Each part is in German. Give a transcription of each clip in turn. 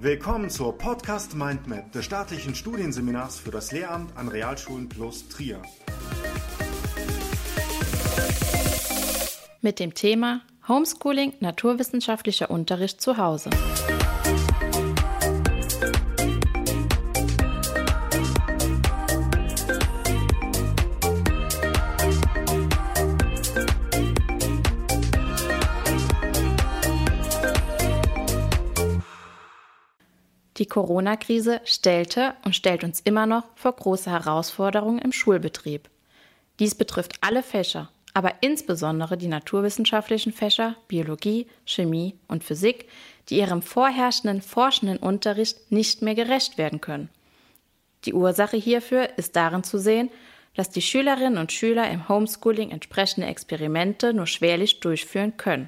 Willkommen zur Podcast Mindmap des staatlichen Studienseminars für das Lehramt an Realschulen plus Trier. Mit dem Thema Homeschooling, naturwissenschaftlicher Unterricht zu Hause. Die Corona-Krise stellte und stellt uns immer noch vor große Herausforderungen im Schulbetrieb. Dies betrifft alle Fächer, aber insbesondere die naturwissenschaftlichen Fächer Biologie, Chemie und Physik, die ihrem vorherrschenden forschenden Unterricht nicht mehr gerecht werden können. Die Ursache hierfür ist darin zu sehen, dass die Schülerinnen und Schüler im Homeschooling entsprechende Experimente nur schwerlich durchführen können.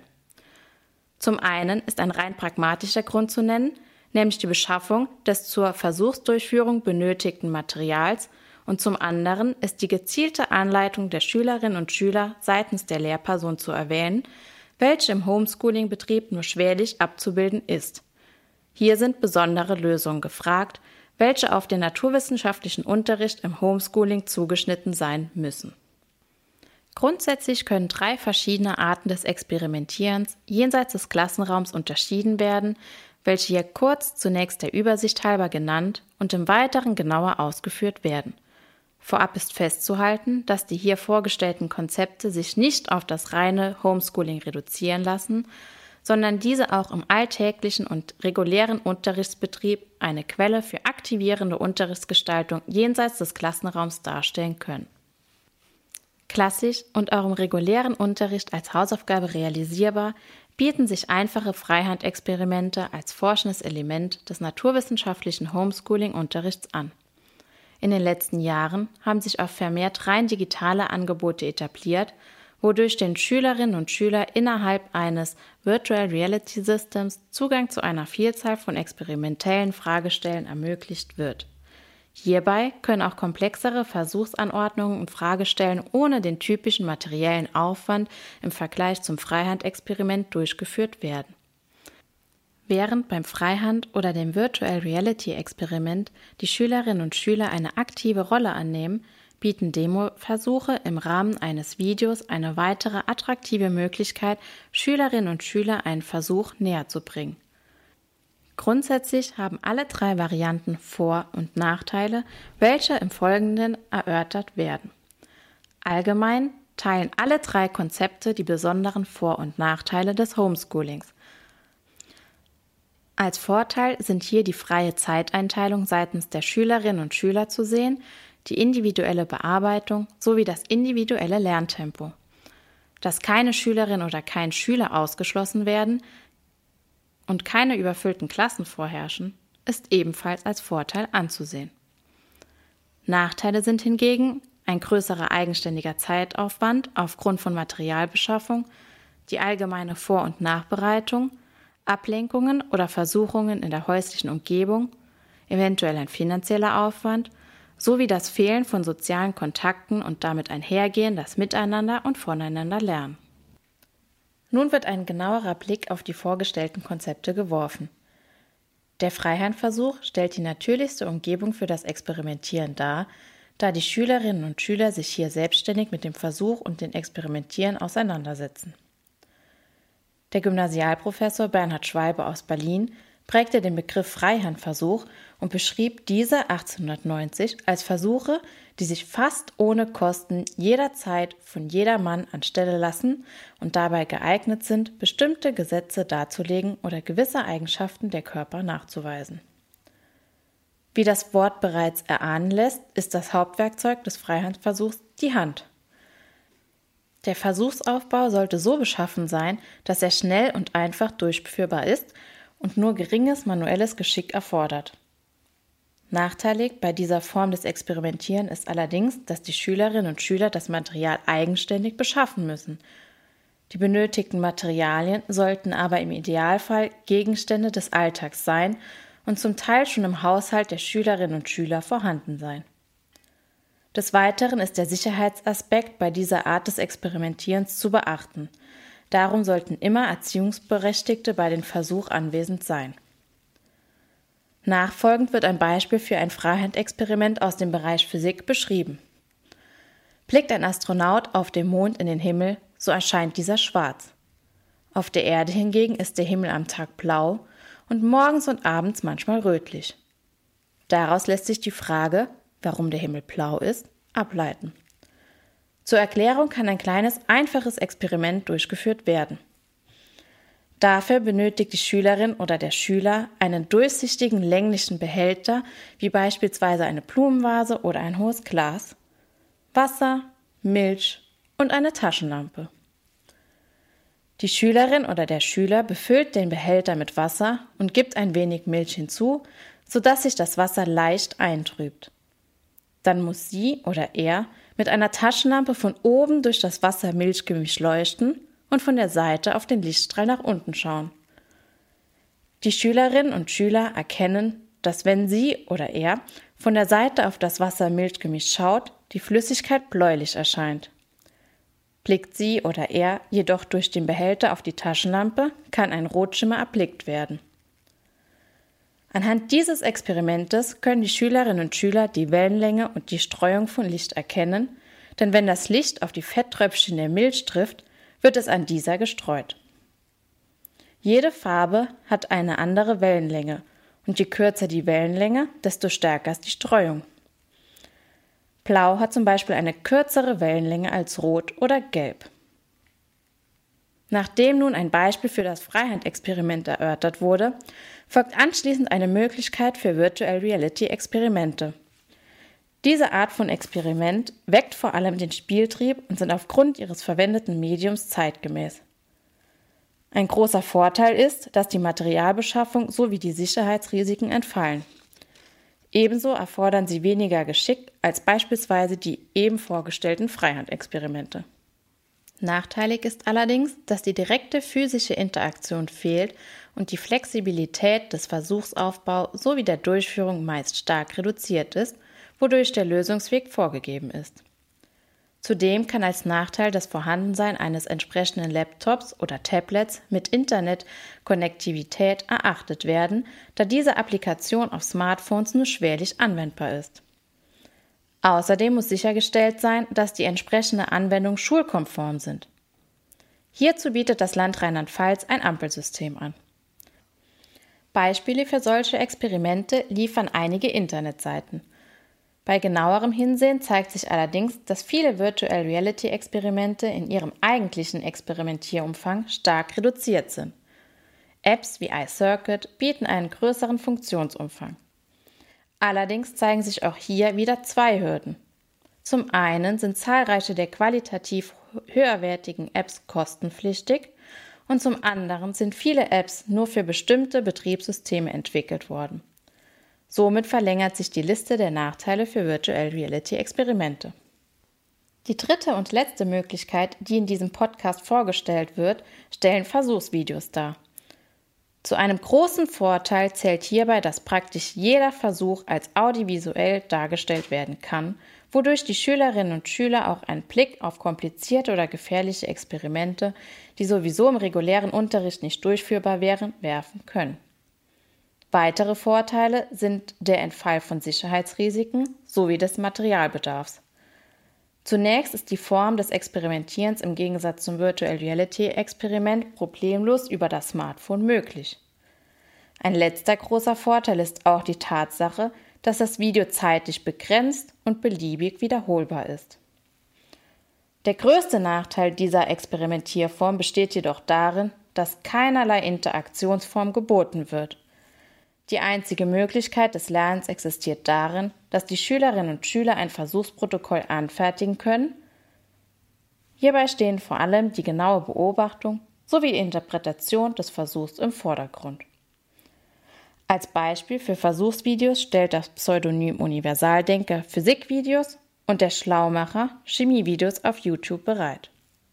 Zum einen ist ein rein pragmatischer Grund zu nennen, nämlich die Beschaffung des zur Versuchsdurchführung benötigten Materials, und zum anderen ist die gezielte Anleitung der Schülerinnen und Schüler seitens der Lehrperson zu erwähnen, welche im Homeschooling-Betrieb nur schwerlich abzubilden ist. Hier sind besondere Lösungen gefragt, welche auf den naturwissenschaftlichen Unterricht im Homeschooling zugeschnitten sein müssen. Grundsätzlich können 3 verschiedene Arten des Experimentierens jenseits des Klassenraums unterschieden werden, welche hier kurz zunächst der Übersicht halber genannt und im Weiteren genauer ausgeführt werden. Vorab ist festzuhalten, dass die hier vorgestellten Konzepte sich nicht auf das reine Homeschooling reduzieren lassen, sondern diese auch im alltäglichen und regulären Unterrichtsbetrieb eine Quelle für aktivierende Unterrichtsgestaltung jenseits des Klassenraums darstellen können. Klassisch und auch im regulären Unterricht als Hausaufgabe realisierbar, bieten sich einfache Freihandexperimente als forschendes Element des naturwissenschaftlichen Homeschooling-Unterrichts an. In den letzten Jahren haben sich auch vermehrt rein digitale Angebote etabliert, wodurch den Schülerinnen und Schülern innerhalb eines Virtual Reality Systems Zugang zu einer Vielzahl von experimentellen Fragestellen ermöglicht wird. Hierbei können auch komplexere Versuchsanordnungen und Fragestellen ohne den typischen materiellen Aufwand im Vergleich zum Freihandexperiment durchgeführt werden. Während beim Freihand- oder dem Virtual Reality Experiment die Schülerinnen und Schüler eine aktive Rolle annehmen, bieten Demo-Versuche im Rahmen eines Videos eine weitere attraktive Möglichkeit, Schülerinnen und Schüler einen Versuch näher zu bringen. Grundsätzlich haben alle 3 Varianten Vor- und Nachteile, welche im Folgenden erörtert werden. Allgemein teilen alle 3 Konzepte die besonderen Vor- und Nachteile des Homeschoolings. Als Vorteil sind hier die freie Zeiteinteilung seitens der Schülerinnen und Schüler zu sehen, die individuelle Bearbeitung sowie das individuelle Lerntempo. Dass keine Schülerin oder kein Schüler ausgeschlossen werden und keine überfüllten Klassen vorherrschen, ist ebenfalls als Vorteil anzusehen. Nachteile sind hingegen ein größerer eigenständiger Zeitaufwand aufgrund von Materialbeschaffung, die allgemeine Vor- und Nachbereitung, Ablenkungen oder Versuchungen in der häuslichen Umgebung, eventuell ein finanzieller Aufwand, sowie das Fehlen von sozialen Kontakten und damit einhergehen das Miteinander und Voneinander lernen. Nun wird ein genauerer Blick auf die vorgestellten Konzepte geworfen. Der Freihandversuch stellt die natürlichste Umgebung für das Experimentieren dar, da die Schülerinnen und Schüler sich hier selbstständig mit dem Versuch und dem Experimentieren auseinandersetzen. Der Gymnasialprofessor Bernhard Schwalbe aus Berlin prägte den Begriff Freihandversuch und beschrieb diese 1890 als Versuche, die sich fast ohne Kosten jederzeit von jedermann anstelle lassen und dabei geeignet sind, bestimmte Gesetze darzulegen oder gewisse Eigenschaften der Körper nachzuweisen. Wie das Wort bereits erahnen lässt, ist das Hauptwerkzeug des Freihandversuchs die Hand. Der Versuchsaufbau sollte so beschaffen sein, dass er schnell und einfach durchführbar ist und nur geringes manuelles Geschick erfordert. Nachteilig bei dieser Form des Experimentieren ist allerdings, dass die Schülerinnen und Schüler das Material eigenständig beschaffen müssen. Die benötigten Materialien sollten aber im Idealfall Gegenstände des Alltags sein und zum Teil schon im Haushalt der Schülerinnen und Schüler vorhanden sein. Des Weiteren ist der Sicherheitsaspekt bei dieser Art des Experimentierens zu beachten. Darum sollten immer Erziehungsberechtigte bei dem Versuch anwesend sein. Nachfolgend wird ein Beispiel für ein Freihandexperiment aus dem Bereich Physik beschrieben. Blickt ein Astronaut auf dem Mond in den Himmel, so erscheint dieser schwarz. Auf der Erde hingegen ist der Himmel am Tag blau und morgens und abends manchmal rötlich. Daraus lässt sich die Frage, warum der Himmel blau ist, ableiten. Zur Erklärung kann ein kleines, einfaches Experiment durchgeführt werden. Dafür benötigt die Schülerin oder der Schüler einen durchsichtigen, länglichen Behälter, wie beispielsweise eine Blumenvase oder ein hohes Glas, Wasser, Milch und eine Taschenlampe. Die Schülerin oder der Schüler befüllt den Behälter mit Wasser und gibt ein wenig Milch hinzu, sodass sich das Wasser leicht eintrübt. Dann muss sie oder er mit einer Taschenlampe von oben durch das Wasser-Milch-Gemisch leuchten und von der Seite auf den Lichtstrahl nach unten schauen. Die Schülerinnen und Schüler erkennen, dass wenn sie oder er von der Seite auf das Wasser-Milch-Gemisch schaut, die Flüssigkeit bläulich erscheint. Blickt sie oder er jedoch durch den Behälter auf die Taschenlampe, kann ein Rotschimmer erblickt werden. Anhand dieses Experimentes können die Schülerinnen und Schüler die Wellenlänge und die Streuung von Licht erkennen, denn wenn das Licht auf die Fetttröpfchen der Milch trifft, wird es an dieser gestreut. Jede Farbe hat eine andere Wellenlänge und je kürzer die Wellenlänge, desto stärker ist die Streuung. Blau hat zum Beispiel eine kürzere Wellenlänge als Rot oder Gelb. Nachdem nun ein Beispiel für das Freihandexperiment erörtert wurde, folgt anschließend eine Möglichkeit für Virtual Reality Experimente. Diese Art von Experiment weckt vor allem den Spieltrieb und sind aufgrund ihres verwendeten Mediums zeitgemäß. Ein großer Vorteil ist, dass die Materialbeschaffung sowie die Sicherheitsrisiken entfallen. Ebenso erfordern sie weniger Geschick als beispielsweise die eben vorgestellten Freihandexperimente. Nachteilig ist allerdings, dass die direkte physische Interaktion fehlt und die Flexibilität des Versuchsaufbaus sowie der Durchführung meist stark reduziert ist, wodurch der Lösungsweg vorgegeben ist. Zudem kann als Nachteil das Vorhandensein eines entsprechenden Laptops oder Tablets mit Internetkonnektivität erachtet werden, da diese Applikation auf Smartphones nur schwerlich anwendbar ist. Außerdem muss sichergestellt sein, dass die entsprechende Anwendungen schulkonform sind. Hierzu bietet das Land Rheinland-Pfalz ein Ampelsystem an. Beispiele für solche Experimente liefern einige Internetseiten. Bei genauerem Hinsehen zeigt sich allerdings, dass viele Virtual Reality Experimente in ihrem eigentlichen Experimentierumfang stark reduziert sind. Apps wie iCircuit bieten einen größeren Funktionsumfang. Allerdings zeigen sich auch hier wieder zwei Hürden. Zum einen sind zahlreiche der qualitativ höherwertigen Apps kostenpflichtig und zum anderen sind viele Apps nur für bestimmte Betriebssysteme entwickelt worden. Somit verlängert sich die Liste der Nachteile für Virtual Reality Experimente. Die dritte und letzte Möglichkeit, die in diesem Podcast vorgestellt wird, stellen Versuchsvideos dar. Zu einem großen Vorteil zählt hierbei, dass praktisch jeder Versuch als audiovisuell dargestellt werden kann, wodurch die Schülerinnen und Schüler auch einen Blick auf komplizierte oder gefährliche Experimente, die sowieso im regulären Unterricht nicht durchführbar wären, werfen können. Weitere Vorteile sind der Entfall von Sicherheitsrisiken sowie des Materialbedarfs. Zunächst ist die Form des Experimentierens im Gegensatz zum Virtual Reality Experiment problemlos über das Smartphone möglich. Ein letzter großer Vorteil ist auch die Tatsache, dass das Video zeitlich begrenzt und beliebig wiederholbar ist. Der größte Nachteil dieser Experimentierform besteht jedoch darin, dass keinerlei Interaktionsform geboten wird. Die einzige Möglichkeit des Lernens existiert darin, dass die Schülerinnen und Schüler ein Versuchsprotokoll anfertigen können. Hierbei stehen vor allem die genaue Beobachtung sowie die Interpretation des Versuchs im Vordergrund. Als Beispiel für Versuchsvideos stellt das Pseudonym Universaldenker Physikvideos und der Schlaumacher Chemievideos auf YouTube bereit.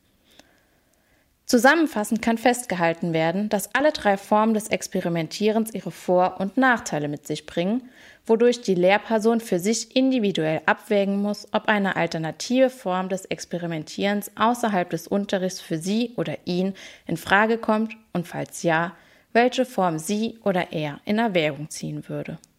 Zusammenfassend kann festgehalten werden, dass alle drei Formen des Experimentierens ihre Vor- und Nachteile mit sich bringen, wodurch die Lehrperson für sich individuell abwägen muss, ob eine alternative Form des Experimentierens außerhalb des Unterrichts für sie oder ihn in Frage kommt und falls ja, welche Form sie oder er in Erwägung ziehen würde.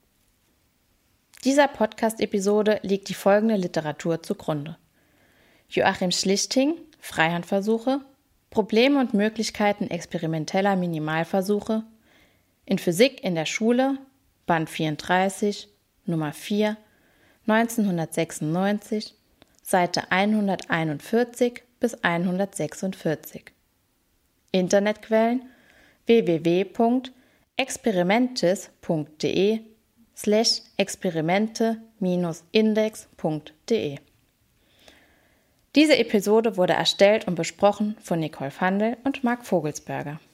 Dieser Podcast-Episode liegt die folgende Literatur zugrunde: Joachim Schlichting, Freihandversuche, Probleme und Möglichkeiten experimenteller Minimalversuche, in Physik in der Schule, Band 34, Nummer 4, 1996, Seite 141 bis 146. Internetquellen: www.experimente-index.de. Diese Episode wurde erstellt und besprochen von Nicole Vandel und Marc Vogelsberger.